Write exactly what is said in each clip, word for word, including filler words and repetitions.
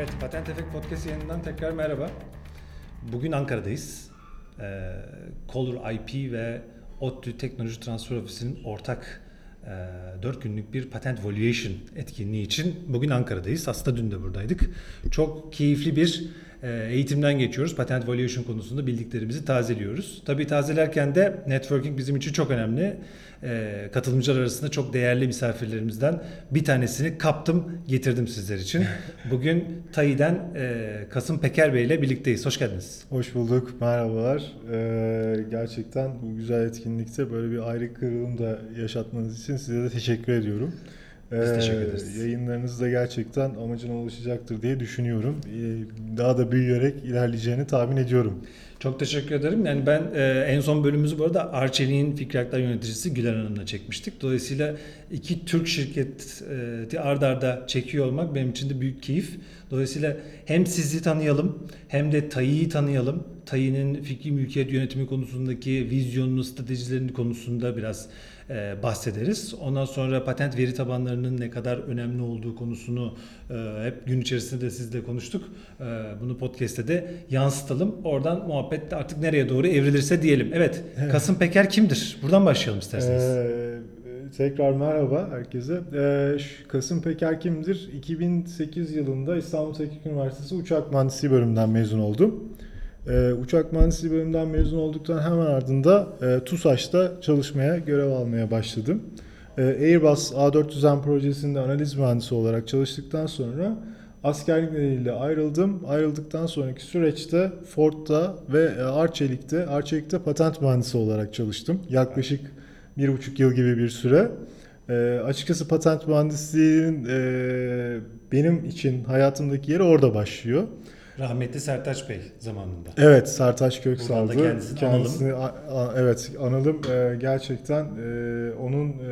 Evet, Patent Efekt Podcast yayınından tekrar merhaba. Bugün Ankara'dayız. Ee, Color I P ve ODTÜ Teknoloji Transfer Ofisi'nin ortak e, dört günlük bir Patent Valuation etkinliği için bugün Ankara'dayız. Aslında dün de buradaydık. Çok keyifli bir e, eğitimden geçiyoruz. Patent Valuation konusunda bildiklerimizi tazeliyoruz. Tabii tazelerken de networking bizim için çok önemli. E, katılımcılar arasında çok değerli misafirlerimizden bir tanesini kaptım, getirdim sizler için. Bugün TAİ'den e, Kasım Peker Bey ile birlikteyiz. Hoş geldiniz. Hoş bulduk, merhabalar. Ee, gerçekten bu güzel etkinlikte böyle bir ayrı kırılım da yaşatmanız için size de teşekkür ediyorum. Biz ee, teşekkür ederiz. Yayınlarınız da gerçekten amacına ulaşacaktır diye düşünüyorum. Ee, daha da büyüyerek ilerleyeceğini tahmin ediyorum. Çok teşekkür ederim. Yani ben e, en son bölümümüzü bu arada Arçelik'in Fikri Haklar Yöneticisi Güler Hanım'la çekmiştik. Dolayısıyla iki Türk şirketi ard arda çekiyor olmak benim için de büyük keyif. Dolayısıyla hem sizi tanıyalım hem de TAİ'yi tanıyalım. TAİ'nin fikri mülkiyet yönetimi konusundaki vizyonunu, stratejilerini konusunda biraz e, bahsederiz. Ondan sonra patent veri tabanlarının ne kadar önemli olduğu konusunu e, hep gün içerisinde de sizle konuştuk. E, bunu podcast'te de yansıtalım. Oradan muhabbet artık nereye doğru evrilirse diyelim. Evet, Kasım Peker kimdir? Buradan başlayalım isterseniz. Ee, tekrar merhaba herkese. Ee, Kasım Peker kimdir? iki bin sekiz yılında İstanbul Teknik Üniversitesi Uçak Mühendisliği bölümünden mezun oldum. Ee, uçak mühendisliği bölümünden mezun olduktan hemen ardında e, TUSAŞ'ta çalışmaya, görev almaya başladım. E, Airbus A dört yüz M projesinde analiz mühendisi olarak çalıştıktan sonra askerlik nedeniyle ayrıldım. Ayrıldıktan sonraki süreçte Ford'da ve Arçelik'te, Arçelik'te patent mühendisi olarak çalıştım. Yaklaşık bir buçuk yıl gibi bir süre. E, açıkçası patent mühendisliğinin e, benim için hayatımdaki yeri orada başlıyor. Rahmetli Sertaç Bey zamanında. Evet, Sertaç Köksal'dı. Kendisini, kendisini analım. A, a, evet, analım. Ee, gerçekten e, onun e,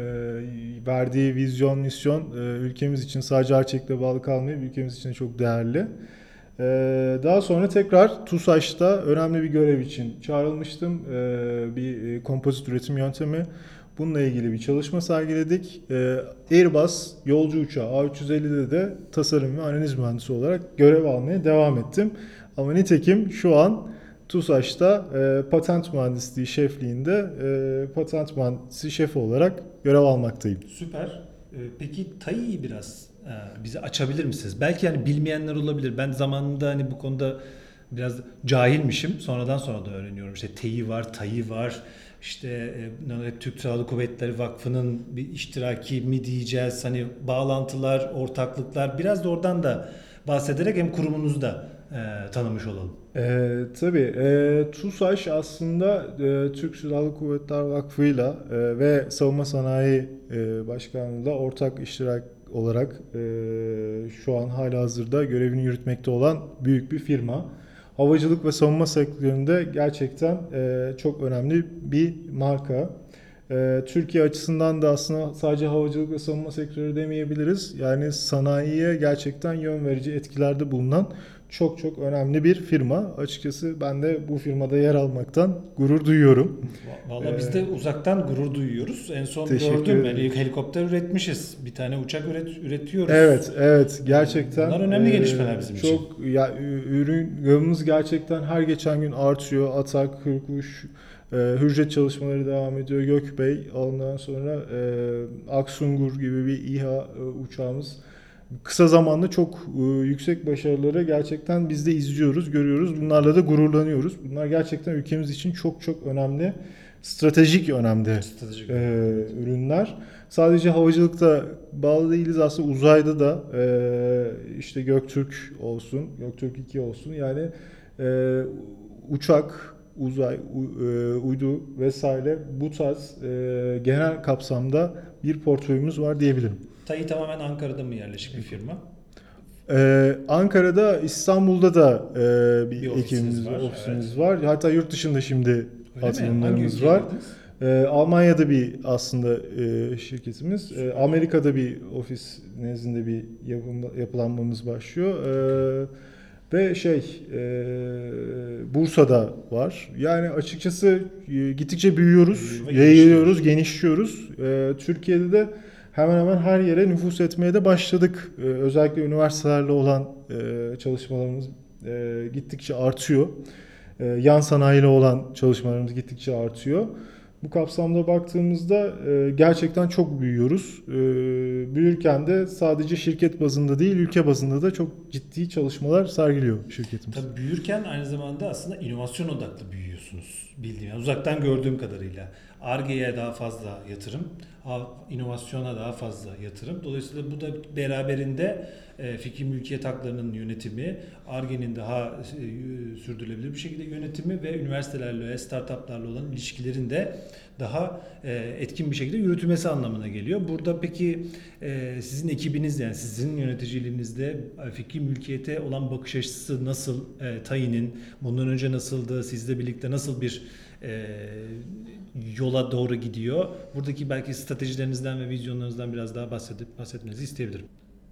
verdiği vizyon, misyon e, ülkemiz için sadece Arçelik'le bağlı kalmayıp ülkemiz için çok değerli. E, daha sonra tekrar TUSAŞ'ta önemli bir görev için çağrılmıştım. E, bir e, kompozit üretim yöntemi. Bununla ilgili bir çalışma sergiledik. Ee, Airbus yolcu uçağı A üç yüz ellide de tasarım ve analiz mühendisi olarak görev almaya devam ettim. Ama nitekim şu an TUSAŞ'ta e, patent mühendisliği şefliğinde e, patent mühendisi şefi olarak görev almaktayım. Süper. Ee, peki TAİ'yi biraz e, bize açabilir misiniz? Belki yani bilmeyenler olabilir. Ben zamanında hani bu konuda biraz cahilmişim. Sonradan sonra da öğreniyorum. İşte TEİ var, TAİ var. İşte e, Türk Silahlı Kuvvetleri Vakfı'nın bir iştiraki mi diyeceğiz? Hani bağlantılar, ortaklıklar. Biraz da oradan da bahsederek hem kurumunuzu da e, tanımış olalım. E, tabii. E, TUSAŞ aslında e, Türk Silahlı Kuvvetler Vakfı'yla e, ve Savunma Sanayi e, Başkanlığı'yla ortak iştirak olarak e, şu an halihazırda görevini yürütmekte olan büyük bir firma. Havacılık ve savunma sektöründe gerçekten e, çok önemli bir marka. E, Türkiye açısından da aslında sadece havacılık ve savunma sektörü demeyebiliriz. Yani sanayiye gerçekten yön verici etkilerde bulunan çok çok önemli bir firma. Açıkçası ben de bu firmada yer almaktan gurur duyuyorum. Vallahi biz de uzaktan gurur duyuyoruz. En son gördüm. Yani helikopter üretmişiz. Bir tane uçak üret, üretiyoruz. Evet, evet. Gerçekten. Bunlar önemli gelişmeler bizim çok, için. Çok ya ürün gamımız gerçekten her geçen gün artıyor. Atak, Kırkuş, e, Hürjet çalışmaları devam ediyor. Gökbey, ondan sonra e, Aksungur gibi bir İHA e, uçağımız. Kısa zamanda çok e, yüksek başarıları gerçekten biz de izliyoruz, görüyoruz. Bunlarla da gururlanıyoruz. Bunlar gerçekten ülkemiz için çok çok önemli, stratejik önemli Stratejik. E, ürünler. Sadece havacılıkta bağlı değiliz, aslında uzayda da e, işte Göktürk olsun, Göktürk iki olsun, yani e, uçak, uzay, u, e, uydu vesaire bu tarz e, genel kapsamda bir portföyümüz var diyebilirim. TAİ tamamen Ankara'da mı yerleşik bir firma? Ee, Ankara'da, İstanbul'da da e, bir, bir ekibimiz var, ofisimiz evet. var. Hatta yurt dışında şimdi atılımlarımız var. Ee, Almanya'da bir aslında e, şirketimiz. Ee, Amerika'da bir ofis nezdinde bir yapım, yapılanmamız başlıyor. Ee, ve şey e, Bursa'da var. Yani açıkçası e, gittikçe büyüyoruz, Büyüyor, yayılıyoruz, genişliyoruz. Ee, Türkiye'de de hemen hemen her yere nüfus etmeye de başladık. Ee, özellikle üniversitelerle olan e, çalışmalarımız e, gittikçe artıyor. E, yan sanayiyle olan çalışmalarımız gittikçe artıyor. Bu kapsamda baktığımızda e, gerçekten çok büyüyoruz. E, büyürken de sadece şirket bazında değil, ülke bazında da çok ciddi çalışmalar sergiliyor şirketimiz. Tabii büyürken aynı zamanda aslında inovasyon odaklı büyüyorsunuz bildiğim. Yani uzaktan gördüğüm kadarıyla. Ar-Ge'ye daha fazla yatırım, inovasyona daha fazla yatırım. Dolayısıyla bu da beraberinde fikir mülkiyet haklarının yönetimi, Ar-Ge'nin daha sürdürülebilir bir şekilde yönetimi ve üniversitelerle, startuplarla olan ilişkilerin de daha etkin bir şekilde yürütülmesi anlamına geliyor. Burada peki sizin ekibiniz, yani sizin yöneticiliğinizde fikri mülkiyete olan bakış açısı nasıl? Tayin'in bundan önce nasıldı? Sizle birlikte nasıl bir yola doğru gidiyor? Buradaki belki stratejilerinizden ve vizyonlarınızdan biraz daha bahsedip bahsetmenizi isteyebilirim.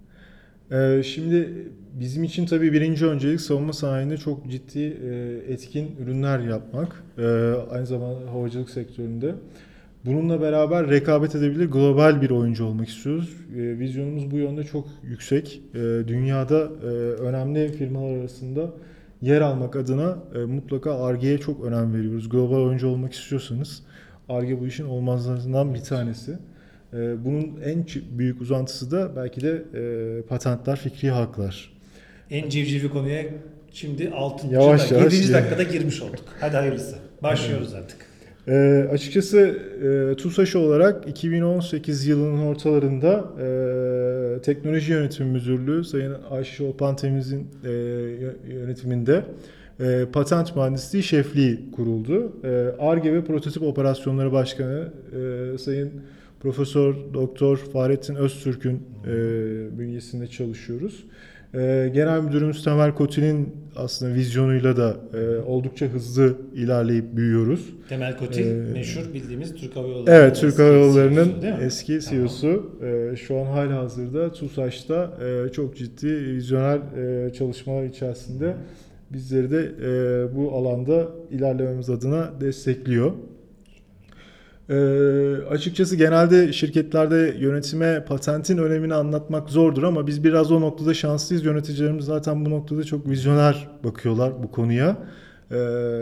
Şimdi bizim için tabii birinci öncelik savunma sanayinde çok ciddi etkin ürünler yapmak. Aynı zamanda havacılık sektöründe. Bununla beraber rekabet edebilir global bir oyuncu olmak istiyoruz. Vizyonumuz bu yönde çok yüksek. Dünyada önemli firmalar arasında yer almak adına mutlaka Ar-Ge'ye çok önem veriyoruz. Global oyuncu olmak istiyorsanız Ar-Ge bu işin olmazlarından bir tanesi. Bunun en büyük uzantısı da belki de patentler, fikri haklar. En civcivi konuya şimdi altıncı yavaş dakika, yavaş yedinci dakikada girmiş olduk. Hadi hayırlısı. Başlıyoruz artık. E, açıkçası e, TUSAŞ olarak iki bin on sekiz yılının ortalarında e, Teknoloji Yönetimi Müdürlüğü Sayın Ayşe Şolpan Temiz'in e, yönetiminde e, Patent Mühendisliği Şefliği kuruldu. Ar-Ge ve Prototip Operasyonları Başkanı e, Sayın Profesör Doktor Fahrettin Öztürk'ün e, bünyesinde çalışıyoruz. E, Genel Müdürümüz Temel Kotil'in aslında vizyonuyla da e, oldukça hızlı ilerleyip büyüyoruz. Temel Kotil ee, meşhur bildiğimiz Türk Hava Yolları'nın evet, Türk Hava Yolları'nın eski tamam. C E O'su. E, şu an halihazırda TUSAŞ'ta e, çok ciddi vizyoner e, çalışmalar içerisinde bizleri de e, bu alanda ilerlememiz adına destekliyor. E, açıkçası genelde şirketlerde yönetime patentin önemini anlatmak zordur ama biz biraz o noktada şanslıyız. Yöneticilerimiz zaten bu noktada çok vizyoner bakıyorlar bu konuya. Ee,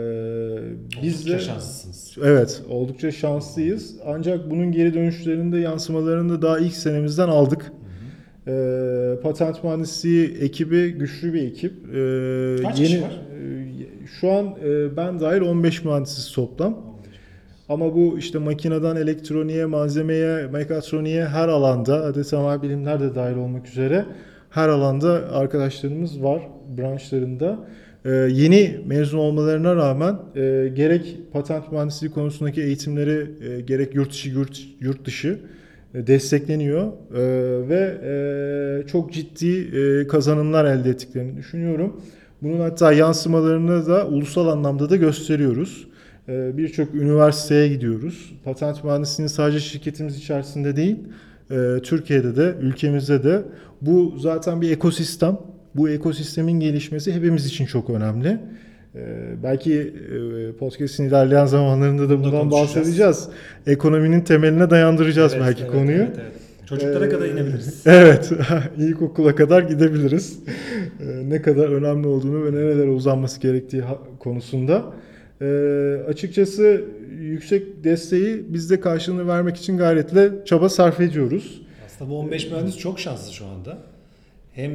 biz oldukça de şanslısınız. Evet, oldukça şanslıyız. Ancak bunun geri dönüşlerinde yansımalarını da daha ilk senemizden aldık. Hı hı. Ee, patent mühendisliği ekibi güçlü bir ekip. Ee, Kaç yeni, kişi var? E, şu an e, ben dahil on beş mühendisiz toplam. Ama bu işte makineden elektroniğe, malzemeye, mekatroniğe her alanda, adeta bilimler de dahil olmak üzere her alanda arkadaşlarımız var branşlarında. Ee, yeni mezun olmalarına rağmen e, gerek patent mühendisliği konusundaki eğitimleri e, gerek yurt içi yurt, yurt dışı e, destekleniyor e, ve e, çok ciddi e, kazanımlar elde ettiklerini düşünüyorum. Bunun hatta yansımalarını da ulusal anlamda da gösteriyoruz. E, Birçok üniversiteye gidiyoruz. Patent mühendisliğinin sadece şirketimiz içerisinde değil, e, Türkiye'de de, ülkemizde de bu zaten bir ekosistem. Bu ekosistemin gelişmesi hepimiz için çok önemli. Ee, belki e, podcast'in ilerleyen zamanlarında da bundan bahsedeceğiz. Ekonominin temeline dayandıracağız evet, belki evet, konuyu. Evet, evet. Çocuklara ee, kadar inebiliriz. Evet, ilkokula kadar gidebiliriz. Ee, ne kadar önemli olduğunu ve nerelere uzanması gerektiği konusunda. Ee, açıkçası yüksek desteği biz de karşılığını vermek için gayretle çaba sarf ediyoruz. Aslında bu on beş mühendis çok şanslı şu anda. Hem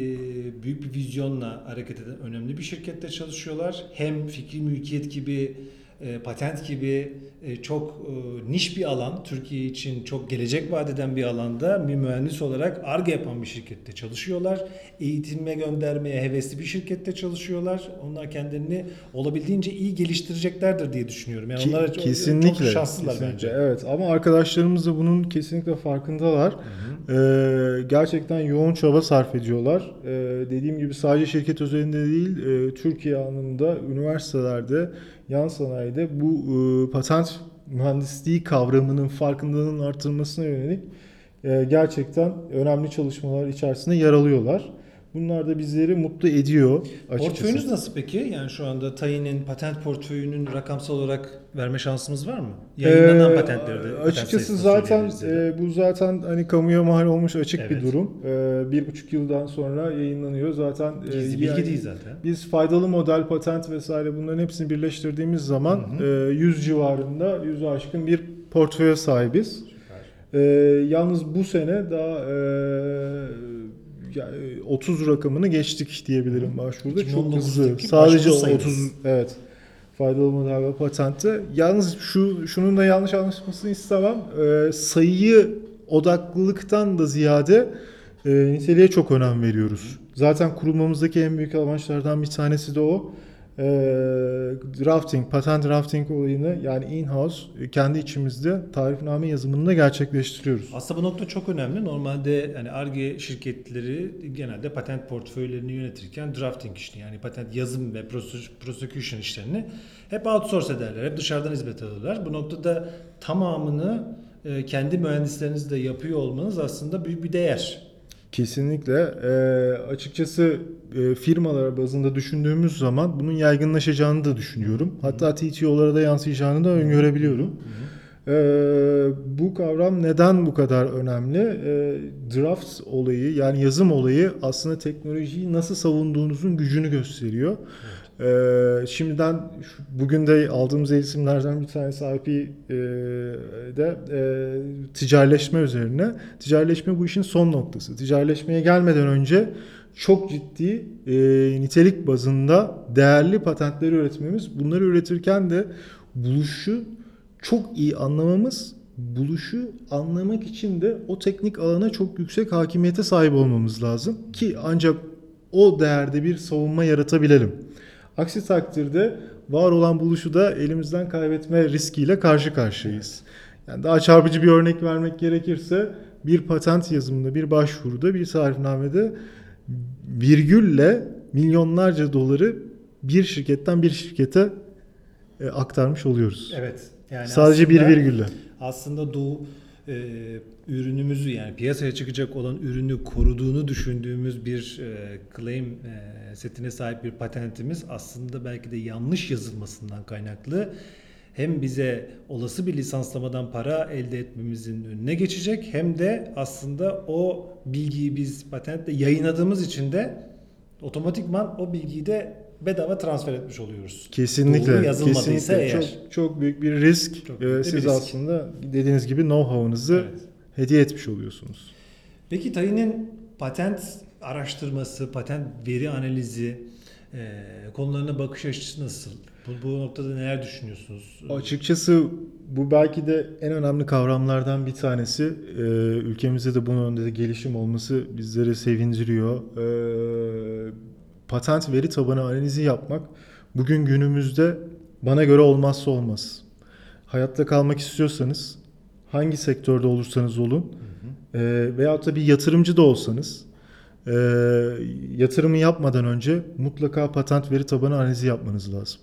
büyük bir vizyonla hareket eden önemli bir şirkette çalışıyorlar. Hem fikri mülkiyet gibi, patent gibi çok niş bir alan, Türkiye için çok gelecek vaat eden bir alanda bir mühendis olarak Ar-Ge yapan bir şirkette çalışıyorlar. Eğitime göndermeye hevesli bir şirkette çalışıyorlar. Onlar kendilerini olabildiğince iyi geliştireceklerdir diye düşünüyorum. Yani onlar kesinlikle, çok şanslılar kesinlikle. bence. Evet, ama arkadaşlarımız da bunun kesinlikle farkındalar. Hı hı. Ee, gerçekten yoğun çaba sarf ediyorlar. Ee, dediğim gibi sadece şirket özelinde değil, e, Türkiye anlamında üniversitelerde, yan sanayide bu e, patent mühendisliği kavramının farkındalığının artırılmasına yönelik e, gerçekten önemli çalışmalar içerisinde yer alıyorlar. Bunlar da bizleri mutlu ediyor açıkçası. Portföyünüz nasıl peki? Yani şu anda Tayin'in patent portföyünün rakamsal olarak verme şansımız var mı? Yayınlanan Ee, patentleri de. patent Açıkçası sayısını zaten söyleyebiliriz ya da. e, bu zaten hani kamuya mal olmuş açık Evet. bir durum. E, bir buçuk yıldan sonra yayınlanıyor. Zaten e, Gizli bilgi yani değil zaten. biz faydalı model, patent vesaire bunların hepsini birleştirdiğimiz zaman Hı hı. e, yüz civarında, yüze aşkın bir portföye sahibiz. Süper. E, Yalnız bu sene daha e, yani otuz rakamını geçtik diyebilirim başvuruda. Çok iki bin on hızlı. dokuzdaki Sadece başvuru sayımız. otuz, evet. Faydalı model ve patente. Yalnız şu şunun da yanlış anlaşılmasını istemem. E, sayıyı odaklılıktan da ziyade e, niteliğe çok önem veriyoruz. Zaten kurulmamızdaki en büyük amaçlardan bir tanesi de o. E, drafting, patent drafting olayını yani in-house e, kendi içimizde tarifname yazımını da gerçekleştiriyoruz. Aslında bu nokta çok önemli. Normalde hani Ar-Ge şirketleri genelde patent portföylerini yönetirken drafting işini yani patent yazım ve prosecution işlerini hep outsource ederler. Hep dışarıdan hizmet alırlar. Bu noktada tamamını e, kendi mühendislerinizle yapıyor olmanız aslında büyük bir değer. Kesinlikle. E, açıkçası e, firmalar bazında düşündüğümüz zaman bunun yaygınlaşacağını da düşünüyorum. Hatta T T O'lara da yansıyacağını da öngörebiliyorum. E, bu kavram neden bu kadar önemli? E, draft olayı yani yazım olayı aslında teknolojiyi nasıl savunduğunuzun gücünü gösteriyor. Ee, şimdiden şu- bugün de aldığımız eğitimlerden bir tanesi I P'de e, ticaretleşme üzerine. Ticaretleşme bu işin son noktası. Ticaretleşmeye gelmeden önce çok ciddi e, nitelik bazında değerli patentleri üretmemiz. Bunları üretirken de buluşu çok iyi anlamamız, buluşu anlamak için de o teknik alana çok yüksek hakimiyete sahip olmamız lazım ki ancak o değerde bir savunma yaratabilelim. Aksi takdirde var olan buluşu da elimizden kaybetme riskiyle karşı karşıyayız. Yani daha çarpıcı bir örnek vermek gerekirse bir patent yazımında, bir başvuruda, bir tarifnamede virgülle milyonlarca doları bir şirketten bir şirkete e, aktarmış oluyoruz. Evet. Yani Sadece bir aslında- virgülle. Aslında Doğu e, ürünümüzü yani piyasaya çıkacak olan ürünü koruduğunu düşündüğümüz bir e, claim e, setine sahip bir patentimiz aslında belki de yanlış yazılmasından kaynaklı hem bize olası bir lisanslamadan para elde etmemizin önüne geçecek hem de aslında o bilgiyi biz patentle yayınladığımız için de otomatikman o bilgiyi de bedava transfer etmiş oluyoruz. Kesinlikle. Doğru yazılmadıysa Kesinlikle. eğer. Çok, çok büyük bir risk. Çok Ee, büyük bir Siz risk. aslında dediğiniz gibi know-how'ınızı Evet. hediye etmiş oluyorsunuz. Peki Tayin'in patent araştırması, patent veri analizi e, konularına bakış açısı nasıl? Bu, bu noktada neler düşünüyorsunuz? Açıkçası bu belki de en önemli kavramlardan bir tanesi. Ee, ülkemizde de bunun önünde de gelişim olması bizleri sevindiriyor. Ee, patent veri tabanı analizi yapmak bugün günümüzde bana göre olmazsa olmaz. Hayatta kalmak istiyorsanız hangi sektörde olursanız olun e, veyahut da bir yatırımcı da olsanız e, yatırımı yapmadan önce mutlaka patent veri tabanı analizi yapmanız lazım.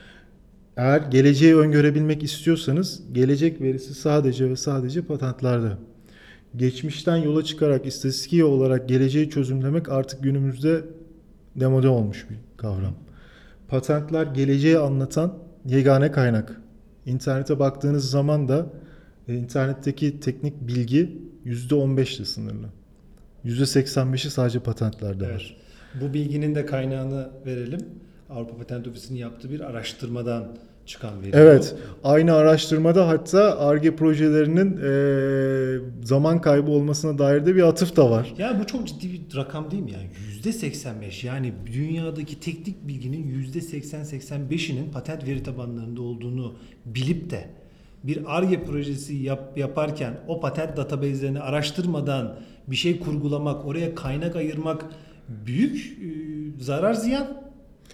Eğer geleceği öngörebilmek istiyorsanız gelecek verisi sadece ve sadece patentlerde. Geçmişten yola çıkarak istatistiki olarak geleceği çözümlemek artık günümüzde demode olmuş bir kavram. Patentler geleceği anlatan yegane kaynak. İnternete baktığınız zaman da e, internetteki teknik bilgi yüzde on beş ile sınırlı. yüzde seksen beşi sadece patentlerde Evet. var. Bu bilginin de kaynağını verelim. Avrupa Patent Ofisi'nin yaptığı bir araştırmadan çıkan veri. Evet, aynı araştırmada hatta Ar-Ge projelerinin e, zaman kaybı olmasına dair de bir atıf da var. Ya bu çok ciddi bir rakam değil mi yani? yüzde seksen beş yani dünyadaki teknik bilginin yüzde seksen seksen beşinin patent veri tabanlarında olduğunu bilip de bir Ar-Ge projesi yap, yaparken o patent database'lerini araştırmadan bir şey kurgulamak, oraya kaynak ayırmak büyük e, zarar ziyan.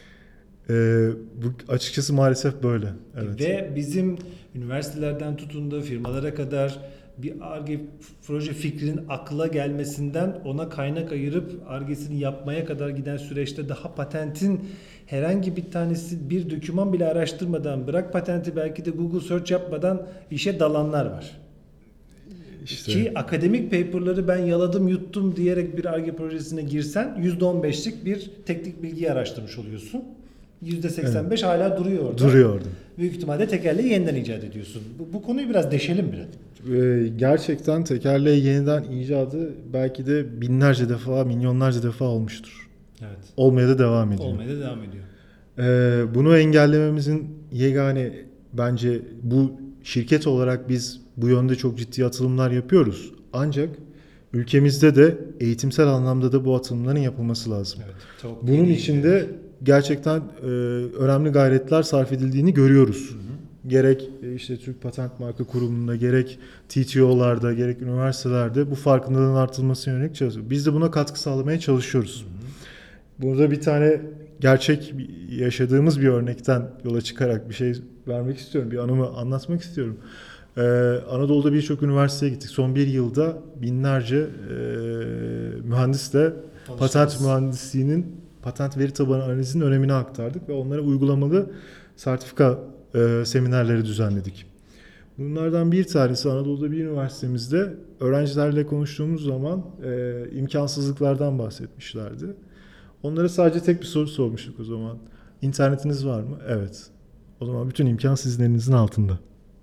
E, bu açıkçası maalesef böyle. Evet. Ve bizim üniversitelerden tutun da firmalara kadar bir Ar-Ge proje fikrinin akla gelmesinden ona kaynak ayırıp Ar-Ge'sini yapmaya kadar giden süreçte daha patentin herhangi bir tanesi bir doküman bile araştırmadan bırak patenti belki de Google search yapmadan işe dalanlar var. işte Ki akademik paper'ları ben yaladım yuttum diyerek bir Ar-Ge projesine girsen yüzde on beşlik bir teknik bilgiyi araştırmış oluyorsun. yüzde seksen beş evet. hala duruyor orada. Duruyor orada. Büyük ihtimalle tekerleği yeniden icat ediyorsun. Bu, bu konuyu biraz deşelim biraz. Ee, gerçekten tekerleği yeniden icadı belki de binlerce defa, milyonlarca defa olmuştur. Evet. Olmaya da devam ediyor. Olmaya da devam ediyor. Ee, bunu engellememizin yegane bence bu şirket olarak biz bu yönde çok ciddi atılımlar yapıyoruz. Ancak ülkemizde de eğitimsel anlamda da bu atılımların yapılması lazım. Evet, çok Bunun için de gerçekten e, önemli gayretler sarf edildiğini görüyoruz. Hı hı. Gerek e, işte Türk Patent Marka Kurumu'nda, gerek T T O'larda, gerek üniversitelerde bu farkındalığın artırılmasına yönelik çalışıyoruz. Biz de buna katkı sağlamaya çalışıyoruz. Hı hı. Burada bir tane gerçek yaşadığımız bir örnekten yola çıkarak bir şey vermek istiyorum. Bir anımı anlatmak istiyorum. Ee, Anadolu'da birçok üniversiteye gittik. Son bir yılda binlerce e, mühendisle patent mühendisliğinin, patent veri tabanı analizinin önemini aktardık ve onlara uygulamalı sertifika e, seminerleri düzenledik. Bunlardan bir tanesi Anadolu'da bir üniversitemizde öğrencilerle konuştuğumuz zaman e, imkansızlıklardan bahsetmişlerdi. Onlara sadece tek bir soru sormuştuk o zaman. İnternetiniz var mı? Evet. O zaman bütün imkan sizin elinizin altında.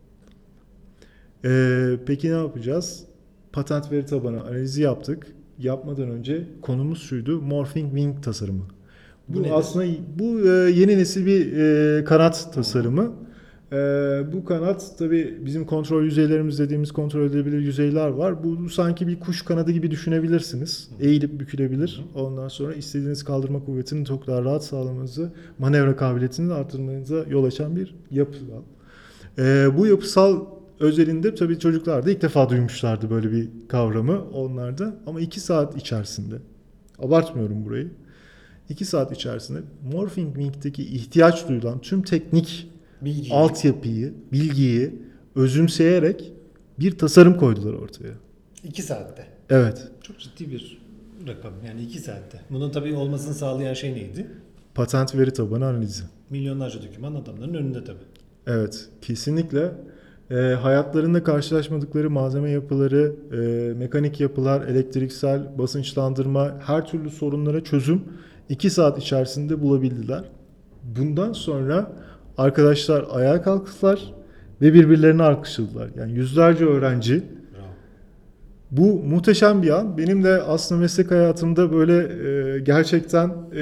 Ee, peki ne yapacağız? Patent veri tabanı analizi yaptık. Yapmadan önce konumuz şuydu: Morphing Wing tasarımı. Bu, bu aslında bu e, yeni nesil bir e, kanat tasarımı. E, bu kanat tabii bizim kontrol yüzeylerimiz dediğimiz kontrol edilebilir yüzeyler var. Bu, bu sanki bir kuş kanadı gibi düşünebilirsiniz. Eğilip bükülebilir. Ondan sonra istediğiniz kaldırma kuvvetini çok daha rahat sağlamanızı, manevra kabiliyetini artırmanıza yol açan bir yapı. E, bu yapısal özelinde tabii çocuklar da ilk defa duymuşlardı böyle bir kavramı onlarda. Ama iki saat içerisinde, abartmıyorum burayı, iki saat içerisinde Morphing Wing'deki ihtiyaç duyulan tüm teknik bilgiyi, altyapıyı, bilgiyi özümseyerek bir tasarım koydular ortaya. İki saatte. Evet. Çok ciddi bir rakam yani iki saatte. Bunun tabii olmasını sağlayan şey neydi? Patent veri tabanı analizi. Milyonlarca doküman adamların önünde tabii. Evet, kesinlikle. E, hayatlarında karşılaşmadıkları malzeme yapıları, e, mekanik yapılar, elektriksel, basınçlandırma, her türlü sorunlara çözüm iki saat içerisinde bulabildiler. Bundan sonra arkadaşlar ayağa kalktılar ve birbirlerini alkışladılar. Yani yüzlerce öğrenci. Bravo. Bu muhteşem bir an. Benim de aslında meslek hayatımda böyle e, gerçekten e,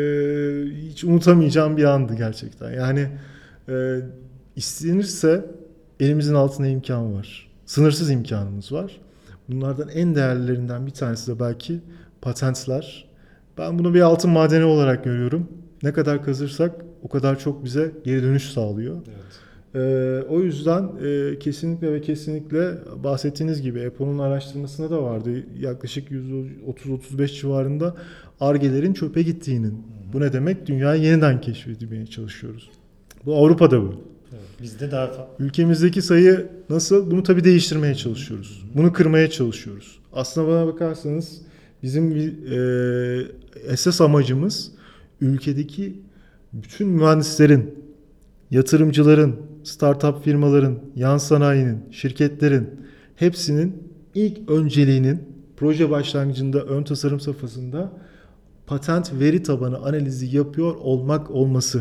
hiç unutamayacağım bir andı gerçekten. Yani e, istenirse elimizin altında imkan var. Sınırsız imkanımız var. Bunlardan en değerlilerinden bir tanesi de belki patentler. Ben bunu bir altın madeni olarak görüyorum. Ne kadar kazırsak o kadar çok bize geri dönüş sağlıyor. Evet. Ee, o yüzden e, kesinlikle ve kesinlikle bahsettiğiniz gibi Apple'ın araştırmasında da vardı. Yaklaşık yüzde otuz otuz beş civarında Ar-Ge'lerin çöpe gittiğinin. Hı-hı. Bu ne demek? Dünyayı yeniden keşfetmeye çalışıyoruz. Bu Avrupa'da bu. Evet, bizde daha fazla. Ülkemizdeki sayı nasıl? Bunu tabii değiştirmeye çalışıyoruz. Bunu kırmaya çalışıyoruz. Aslına bana bakarsanız bizim e, esas amacımız ülkedeki bütün mühendislerin, yatırımcıların, startup firmaların, yan sanayinin, şirketlerin hepsinin ilk önceliğinin proje başlangıcında, ön tasarım safhasında patent veri tabanı analizi yapıyor olmak olması.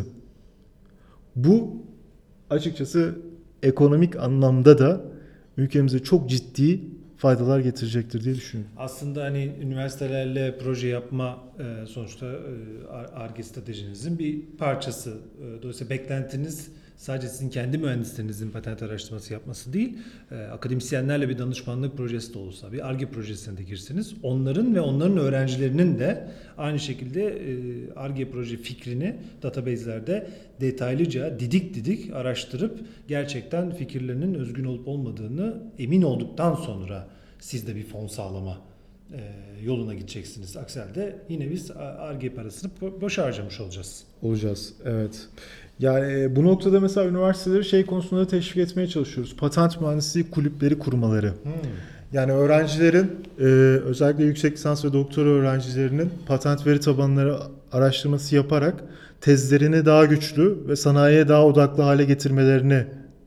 Bu açıkçası ekonomik anlamda da ülkemize çok ciddi faydalar getirecektir diye düşünüyorum. Aslında hani üniversitelerle proje yapma sonuçta Ar-Ge stratejinizin bir parçası. Dolayısıyla beklentiniz sadece sizin kendi mühendislerinizin patent araştırması yapması değil, akademisyenlerle bir danışmanlık projesi de olsa, bir Ar-Ge projesine de girseniz, onların ve onların öğrencilerinin de aynı şekilde Ar-Ge proje fikrini database'lerde detaylıca, didik didik araştırıp gerçekten fikirlerinin özgün olup olmadığını emin olduktan sonra siz de bir fon sağlama yoluna gideceksiniz. Aksi halde yine biz Ar-Ge parasını boş harcamış olacağız. Olacağız, evet. Yani bu noktada mesela üniversiteleri şey konusunda da teşvik etmeye çalışıyoruz. Patent mühendisliği kulüpleri kurmaları. Hmm. Yani öğrencilerin özellikle yüksek lisans ve doktora öğrencilerinin patent veri tabanları araştırması yaparak tezlerini daha güçlü ve sanayiye daha odaklı hale getirmelerini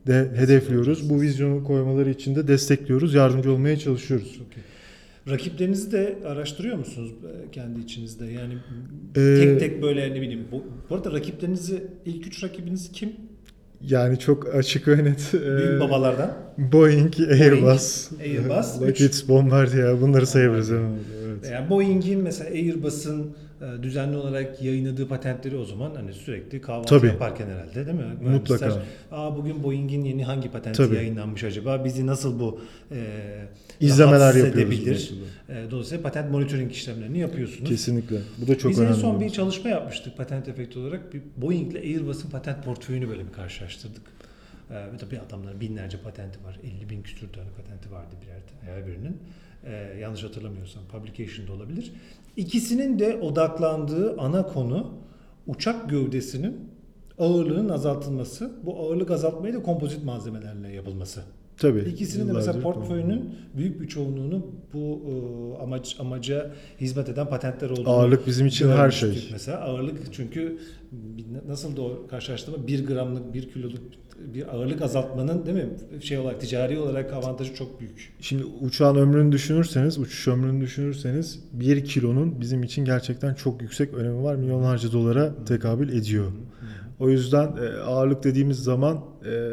de hedefliyoruz. Bu vizyonu koymaları için de destekliyoruz, yardımcı olmaya çalışıyoruz. Çok iyi. Rakiplerinizi de araştırıyor musunuz kendi içinizde? Yani Ee, tek tek böyle ne bileyim. Bu, bu arada rakiplerinizi, ilk üç rakibiniz kim? Yani çok açık ve net. Büyük babalardan. Boeing, Airbus, Airbus, Lockheed, Bombardier bunları sayabiliriz. Evet. Yani Boeing'in mesela Airbus'un e, düzenli olarak yayınladığı patentleri o zaman hani sürekli kahvaltı Tabii. yaparken herhalde değil mi? Mutlaka. Mühendisler, Aa, bugün Boeing'in yeni hangi patenti Tabii. yayınlanmış acaba? Bizi nasıl bu e, İzlemeler rahatsız yapıyoruz edebilir? E, dolayısıyla patent monitoring işlemlerini yapıyorsunuz. Kesinlikle. Bu da çok Biz önemli. en son bir çalışma yapmıştık patent efekti olarak. Bir Boeing ile Airbus'un patent portföyünü böyle bir karşılaştırdık. Ee, tabii adamların binlerce patenti var. elli bin küsur tane patenti vardı birer her birinin. Ee, yanlış hatırlamıyorsam publication'da olabilir. İkisinin de odaklandığı ana konu uçak gövdesinin ağırlığının azaltılması. Bu ağırlık azaltmayı da kompozit malzemelerle yapılması. Tabii. İkisinin de mesela portföyünün büyük bir çoğunluğunu bu e, amaç amaca hizmet eden patentler olduğunu ağırlık bizim için her şey. Mesela ağırlık çünkü nasıl da o karşılaştırma bir gramlık bir kiloluk bir ağırlık azaltmanın değil mi şey olarak ticari olarak avantajı çok büyük. Şimdi uçağın ömrünü düşünürseniz, uçuş ömrünü düşünürseniz bir kilonun bizim için gerçekten çok yüksek önemi var. Milyonlarca dolara tekabül ediyor. O yüzden ağırlık dediğimiz zaman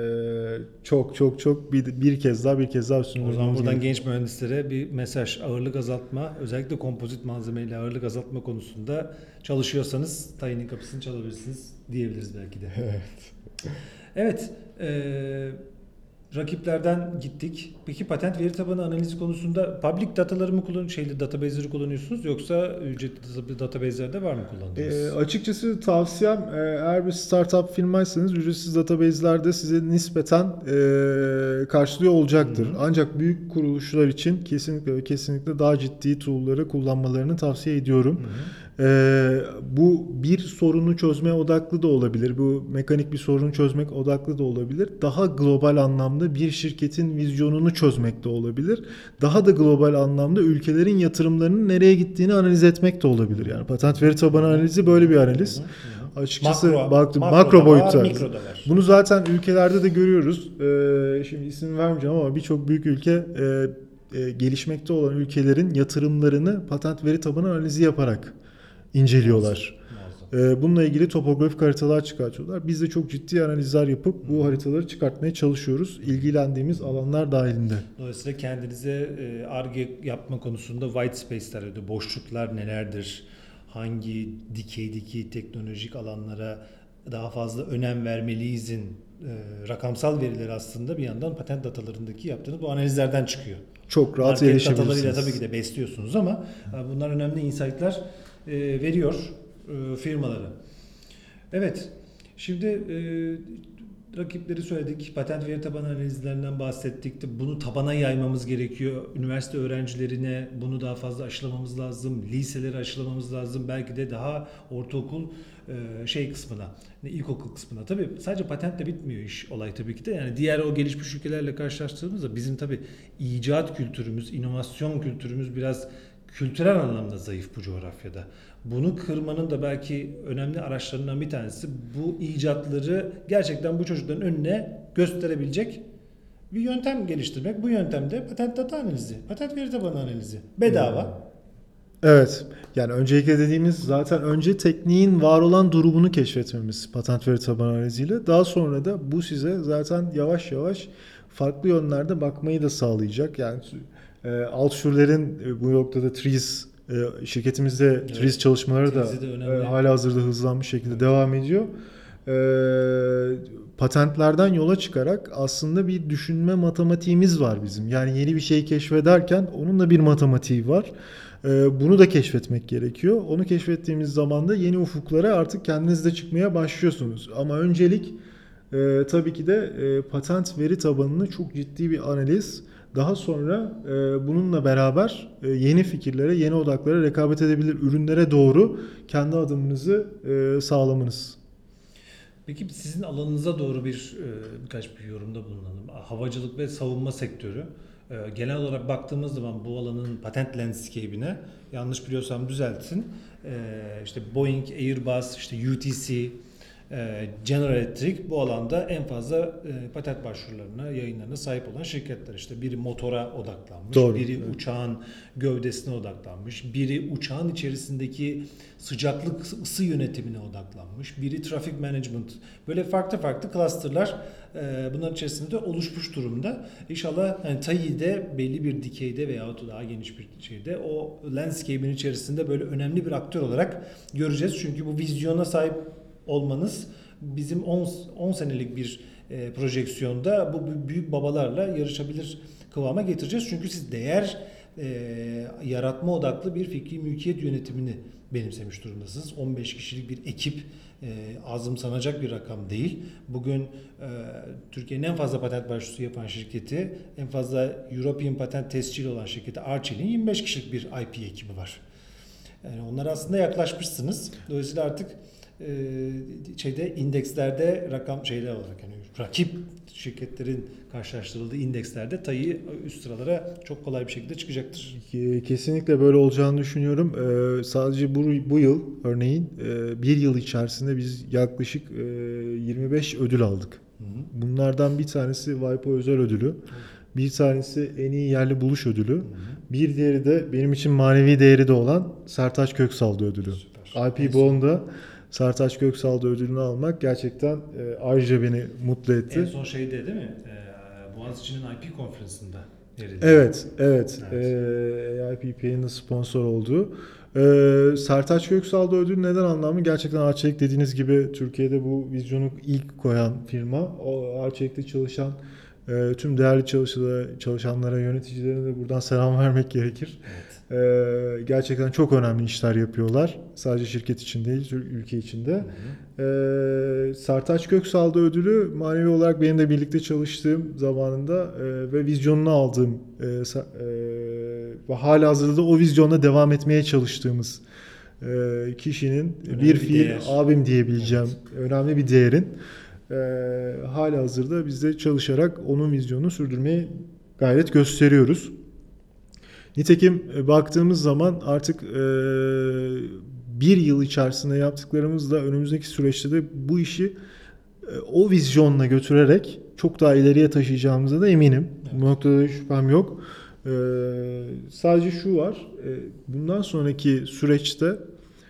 çok çok çok bir, bir kez daha bir kez daha üstünde. O zaman buradan gerekiyor. Genç mühendislere bir mesaj. Ağırlık azaltma, özellikle kompozit malzemeyle ağırlık azaltma konusunda çalışıyorsanız Tayin'in kapısını çalabilirsiniz diyebiliriz belki de. Evet. Evet. E, rakiplerden gittik. Peki patent veri tabanı analizi konusunda public dataları mı kullanıyorsunuz? Şeyli database'leri kullanıyorsunuz yoksa ücretli database'lerde var mı kullandığınız? E, açıkçası tavsiyem eğer bir startup firmaysanız ücretsiz database'lerde size nispeten e, karşılıyor olacaktır. Hı-hı. Ancak büyük kuruluşlar için kesinlikle ve kesinlikle daha ciddi tool'ları kullanmalarını tavsiye ediyorum. E, bu bir sorunu çözmeye odaklı da olabilir. Bu mekanik bir sorunu çözmek odaklı da olabilir. Daha global anlamda bir şirketin vizyonunu çözmek de olabilir. Daha da global anlamda ülkelerin yatırımlarının nereye gittiğini analiz etmek de olabilir. Yani patent veri tabanı analizi böyle bir analiz. Açıkçası makro, baktım makro, makro boyutta. Bunu zaten ülkelerde de görüyoruz. Ee, şimdi isim vermeyeceğim ama birçok büyük ülke e, e, gelişmekte olan ülkelerin yatırımlarını patent veri tabanı analizi yaparak inceliyorlar. Bununla ilgili topografik haritalar çıkartıyorlar. Biz de çok ciddi analizler yapıp bu haritaları çıkartmaya çalışıyoruz. İlgilendiğimiz alanlar dahilinde. Dolayısıyla kendinize Ar-Ge yapma konusunda white space'ler arıyordu. Boşluklar nelerdir? Hangi dikeydeki teknolojik alanlara daha fazla önem vermeliyizin rakamsal verileri aslında bir yandan patent datalarındaki yaptığınız bu analizlerden çıkıyor. Çok rahat Market erişebilirsiniz. datalarıyla tabii ki de besliyorsunuz ama bunlar önemli insight'lar veriyor firmalara. Evet. Şimdi e, rakipleri söyledik. Patent veri tabanı analizlerinden bahsettik. De bunu tabana yaymamız gerekiyor. Üniversite öğrencilerine bunu daha fazla aşılamamız lazım. Liseleri aşılamamız lazım. Belki de daha ortaokul e, şey kısmına, ilkokul kısmına. Tabii sadece patentle bitmiyor iş olay tabii ki de. Yani diğer o gelişmiş ülkelerle karşılaştırdığımızda bizim tabii icat kültürümüz, inovasyon kültürümüz biraz kültürel anlamda zayıf bu coğrafyada. Bunu kırmanın da belki önemli araçlarından bir tanesi bu icatları gerçekten bu çocukların önüne gösterebilecek bir yöntem geliştirmek. Bu yöntemde patent data analizi, patent veri tabanı analizi. Bedava. Evet. Yani öncelikle dediğimiz zaten önce tekniğin var olan durumunu keşfetmemiz patent veri tabanı analiziyle. Daha sonra da bu size zaten yavaş yavaş farklı yönlerde bakmayı da sağlayacak. Yani e, Altshuler'in e, bu noktada Trees e, şirketimizde evet. Trees çalışmaları da e, hala hazırda hızlanmış şekilde evet. devam ediyor. E, patentlerden yola çıkarak aslında bir düşünme matematiğimiz var bizim. Yani yeni bir şeyi keşfederken onun da bir matematiği var. E, bunu da keşfetmek gerekiyor. Onu keşfettiğimiz zaman da yeni ufuklara artık kendiniz de çıkmaya başlıyorsunuz. Ama öncelik e, tabii ki de e, patent veri tabanını çok ciddi bir analiz. Daha sonra e, bununla beraber e, yeni fikirlere, yeni odaklara, rekabet edebilir ürünlere doğru kendi adımınızı e, sağlamanız. Peki sizin alanınıza doğru bir e, birkaç bir yorumda bulunalım. Havacılık ve savunma sektörü. E, genel olarak baktığımız zaman bu alanın patent landscape'ine yanlış biliyorsam düzeltin. E, işte Boeing, Airbus, işte U T C, E, General Electric bu alanda en fazla e, patent başvurularına, yayınlarına sahip olan şirketler. İşte biri motora odaklanmış, Doğru. biri Evet. uçağın gövdesine odaklanmış, biri uçağın içerisindeki sıcaklık, ısı yönetimine odaklanmış, biri traffic management. Böyle farklı farklı clusterlar e, bunların içerisinde oluşmuş durumda. İnşallah yani T A İ de belli bir dikeyde veyahut daha geniş bir şeyde o landscape'in içerisinde böyle önemli bir aktör olarak göreceğiz. Çünkü bu vizyona sahip olmanız bizim on senelik bir e, projeksiyonda bu büyük babalarla yarışabilir kıvama getireceğiz. Çünkü siz değer e, yaratma odaklı bir fikri mülkiyet yönetimini benimsemiş durumdasınız. on beş kişilik bir ekip e, azımsanacak bir rakam değil. Bugün e, Türkiye'nin en fazla patent başvurusu yapan şirketi, en fazla European Patent tescili olan şirketi Arçelik'in yirmi beş kişilik bir I P ekibi var. Yani onlara aslında yaklaşmışsınız. Dolayısıyla artık e, şeyde indekslerde rakam şeyler olarak yani rakip şirketlerin karşılaştırıldığı indekslerde T A İ üst sıralara çok kolay bir şekilde çıkacaktır. Kesinlikle böyle olacağını düşünüyorum. Ee, sadece bu, bu yıl örneğin e, bir yıl içerisinde biz yaklaşık e, yirmi beş ödül aldık. Hı hı. Bunlardan bir tanesi WIPO özel ödülü. Bir tanesi en iyi yerli buluş ödülü. Hı hı. Bir diğeri de benim için manevi değeri de olan Sertaç Köksal'da ödülü. Süper. I P Bond'da Sertaç Köksal'da ödülünü almak gerçekten e, ayrıca beni mutlu etti. En son şeyde değil mi? Ee, Boğaziçi'nin I P konferansında verildi. Evet, evet. evet. Ee, A I P P'nin de sponsor olduğu. Ee, Sertaç Köksal'da ödül neden anlamlı? Gerçekten Arçelik dediğiniz gibi Türkiye'de bu vizyonu ilk koyan firma. O Arçelik'te çalışan e, tüm değerli çalışanlara, yöneticilerine de buradan selam vermek gerekir. Evet. Ee, gerçekten çok önemli işler yapıyorlar. Sadece şirket için değil, ülke içinde. Hı hı. Ee, Sertaç Köksal'da ödülü manevi olarak benim de birlikte çalıştığım zamanında e, ve vizyonunu aldığım e, e, ve halihazırda o vizyonla devam etmeye çalıştığımız e, kişinin önemli bir fiil değer. Abim diyebileceğim evet. önemli bir değerin e, halihazırda biz de çalışarak onun vizyonunu sürdürmeye gayret gösteriyoruz. Nitekim baktığımız zaman artık e, bir yıl içerisinde yaptıklarımızla önümüzdeki süreçte de bu işi e, o vizyonla götürerek çok daha ileriye taşıyacağımıza da eminim. Evet. Bu noktada şüphem yok. E, sadece şu var, e, bundan sonraki süreçte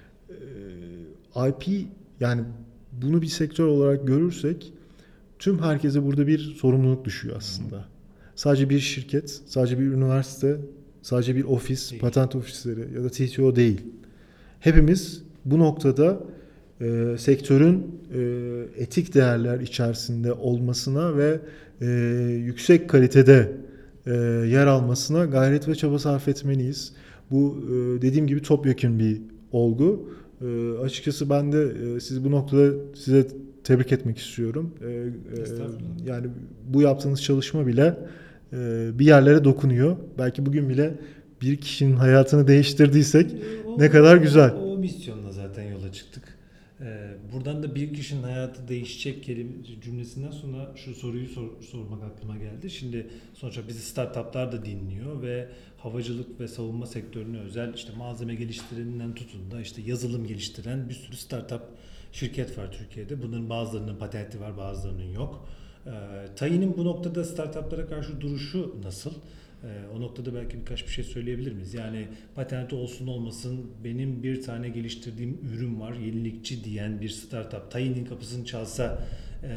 e, I P yani bunu bir sektör olarak görürsek tüm herkese burada bir sorumluluk düşüyor aslında. Hı. Sadece bir şirket, sadece bir üniversite, sadece bir ofis, değil. Patent ofisleri ya da T T O değil. Hepimiz bu noktada e, sektörün e, etik değerler içerisinde olmasına ve e, yüksek kalitede e, yer almasına gayret ve çaba sarf etmeliyiz. Bu e, dediğim gibi topyekün bir olgu. E, açıkçası ben de e, sizi bu noktada size tebrik etmek istiyorum. E, e, yani bu yaptığınız çalışma bile e, bir yerlere dokunuyor. Belki bugün bile bir kişinin hayatını değiştirdiysek o, ne kadar güzel. O, o misyonla zaten yola çıktık. Ee, buradan da bir kişinin hayatı değişecek kelime, cümlesinden sonra şu soruyu sor, sormak aklıma geldi. Şimdi sonuçta bizi startuplar da dinliyor ve havacılık ve savunma sektörüne özel işte malzeme geliştireninden tutun da işte yazılım geliştiren bir sürü startup şirket var Türkiye'de. Bunların bazılarının patenti var, bazılarının yok. Ee, T A İ'nin bu noktada startuplara karşı duruşu nasıl? Ee, o noktada belki birkaç bir şey söyleyebilir miyiz? Yani patenti olsun olmasın benim bir tane geliştirdiğim ürün var, yenilikçi diyen bir startup T A İ'nin kapısını çalsa e,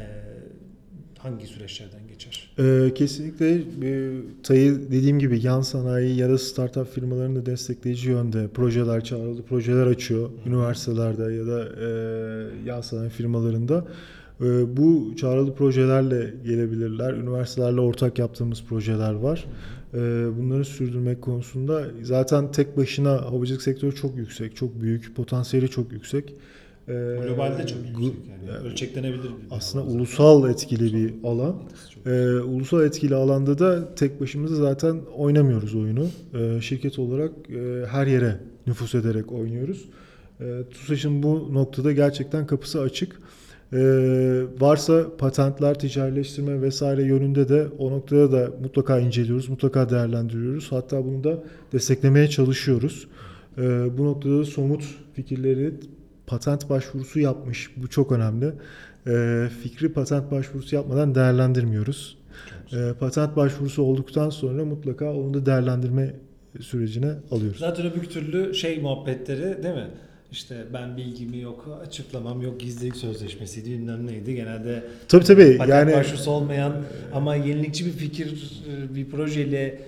hangi süreçlerden geçer? Ee, kesinlikle e, T A İ dediğim gibi yan sanayi ya da startup firmalarını da destekleyici yönde projeler çağrıldı, projeler açıyor Hı. üniversitelerde ya da e, yan sanayi firmalarında. E, bu çağrılı projelerle gelebilirler. Üniversitelerle ortak yaptığımız projeler var. E, bunları sürdürmek konusunda zaten tek başına havacılık sektörü çok yüksek, çok büyük, potansiyeli çok yüksek. Globalde çok yüksek yani, yani ölçeklenebilir. Aslında ulusal etkili bir alan. Ee, ulusal etkili alanda da tek başımıza zaten oynamıyoruz oyunu. Ee, şirket olarak e, her yere nüfus ederek oynuyoruz. Ee, TUSAŞ'ın bu noktada gerçekten kapısı açık. Ee, varsa patentler, ticarileştirme vesaire yönünde de o noktada da mutlaka inceliyoruz, mutlaka değerlendiriyoruz. Hatta bunu da desteklemeye çalışıyoruz. Ee, bu noktada somut fikirleri patent başvurusu yapmış. Bu çok önemli. E, fikri patent başvurusu yapmadan değerlendirmiyoruz. E, patent başvurusu olduktan sonra mutlaka onu da değerlendirme sürecine alıyoruz. Zaten öbür türlü şey muhabbetleri değil mi? İşte ben bilgimi yok, açıklamam yok, gizlilik sözleşmesiydi bilmem neydi. Genelde Tabii tabii. patent Yani başvurusu olmayan ama yenilikçi bir fikir, bir projeyle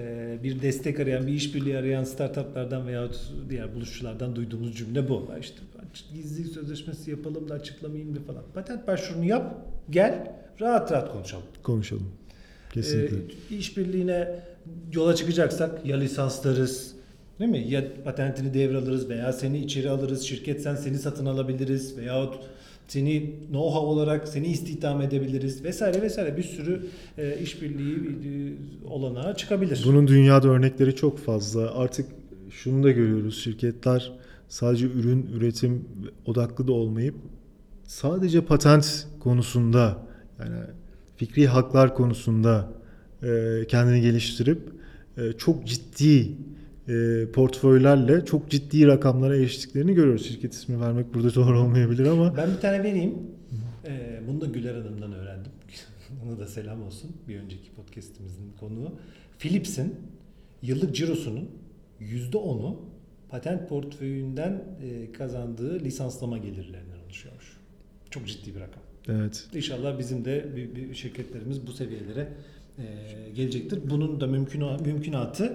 bir destek arayan, bir işbirliği arayan startuplardan veyahut diğer buluşçulardan duyduğumuz cümle bu. İşte gizlilik sözleşmesi yapalım da açıklamayayım da falan. Patent başvurunu yap, gel, rahat rahat konuşalım. Konuşalım. Kesinlikle. Ee, işbirliğine yola çıkacaksak ya lisanslarız, değil mi? Ya patentini devralırız veya seni içeri alırız, şirketsen seni satın alabiliriz veyahut seni know-how olarak seni istihdam edebiliriz vesaire vesaire bir sürü e, işbirliği e, olanağı çıkabilir. Bunun dünyada örnekleri çok fazla. Artık şunu da görüyoruz. Şirketler sadece ürün üretim odaklı da olmayıp sadece patent konusunda yani fikri haklar konusunda e, kendini geliştirip e, çok ciddi e, portföylerle çok ciddi rakamlara eriştiklerini görüyoruz. Şirket ismi vermek burada doğru olmayabilir ama. Ben bir tane vereyim. Ee, bunu da Güler Hanım'dan öğrendim. Ona da selam olsun. Bir önceki podcast'imizin konuğu. Philips'in yıllık cirosunun yüzde onu patent portföyünden e, kazandığı lisanslama gelirlerinden oluşuyormuş. Çok ciddi bir rakam. Evet. İnşallah bizim de bir, bir şirketlerimiz bu seviyelere e, gelecektir. Bunun da mümkün mümkünatı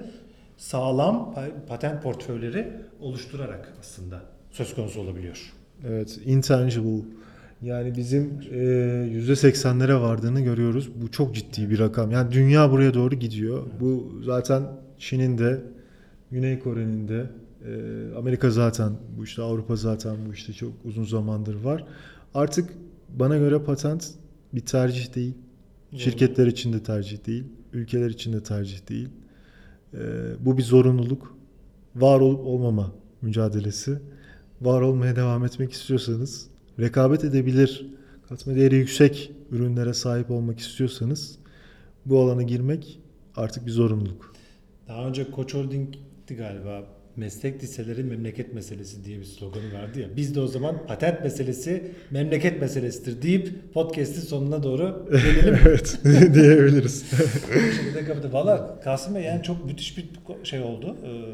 sağlam patent portföyleri oluşturarak aslında söz konusu olabiliyor. Evet, intangible. Yani bizim e, yüzde seksenlere vardığını görüyoruz. Bu çok ciddi bir rakam. Yani dünya buraya doğru gidiyor. Evet. Bu zaten Çin'in de, Güney Kore'nin de, e, Amerika zaten bu işte, Avrupa zaten bu işte çok uzun zamandır var. Artık bana göre patent bir tercih değil. Doğru. Şirketler için de tercih değil. Ülkeler için de tercih değil. E, bu bir zorunluluk. Var olup olmama mücadelesi. Var olmaya devam etmek istiyorsanız, rekabet edebilir, katma değeri yüksek ürünlere sahip olmak istiyorsanız bu alana girmek artık bir zorunluluk. Daha önce Koç Holding'ti galiba, meslek liseleri memleket meselesi diye bir sloganı vardı ya. Biz de o zaman patent meselesi memleket meselesidir deyip podcast'in sonuna doğru gelelim. Evet diyebiliriz. Bu şekilde kapatalım. Valla Kasım Bey yani çok müthiş bir şey oldu.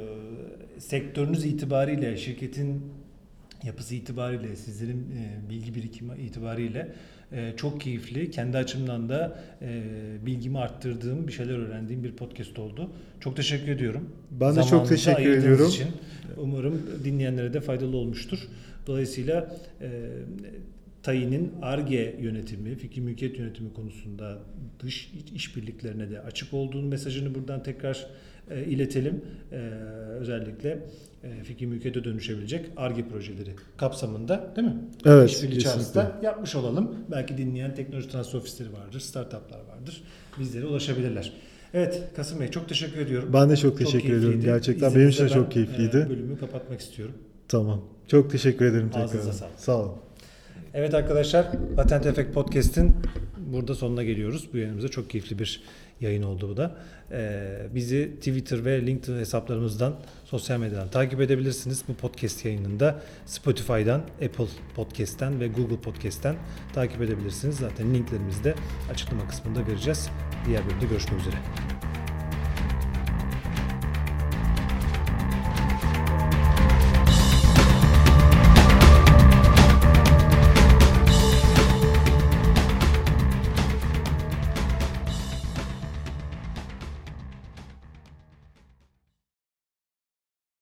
Ee, sektörünüz itibariyle, şirketin yapısı itibariyle, sizlerin e, bilgi birikimi itibariyle e, çok keyifli. Kendi açımdan da e, bilgimi arttırdığım, bir şeyler öğrendiğim bir podcast oldu. Çok teşekkür ediyorum. Ben de çok teşekkür ediyorum. Için. Umarım dinleyenlere de faydalı olmuştur. Dolayısıyla e, TAİ'nin Ar-Ge yönetimi, fikri mülkiyet yönetimi konusunda dış işbirliklerine de açık olduğunu mesajını buradan tekrar e, iletelim. E, özellikle e, fikri mülkiyete dönüşebilecek Ar-Ge projeleri kapsamında, değil mi? Evet, İşbirliği çağrısında yapmış olalım. Belki dinleyen teknoloji transfer ofisleri vardır, startuplar vardır. Bizlere ulaşabilirler. Evet Kasım Bey çok teşekkür ediyorum. Ben de çok teşekkür çok ediyorum. Gerçekten İzninizle benim için de çok keyifliydi. E, bölümü kapatmak istiyorum. Tamam. Çok teşekkür ederim tekrar. Ağzınıza sağlık. Sağ olun. Evet arkadaşlar, Patent Efekt Podcast'in burada sonuna geliyoruz. Bu yayınımızda çok keyifli bir yayın oldu bu da. Ee, bizi Twitter ve LinkedIn hesaplarımızdan, sosyal medyadan takip edebilirsiniz. Bu podcast yayınında Spotify'dan, Apple Podcast'ten ve Google Podcast'ten takip edebilirsiniz. Zaten linklerimizi de açıklama kısmında vereceğiz. Diğer bölümde görüşmek üzere.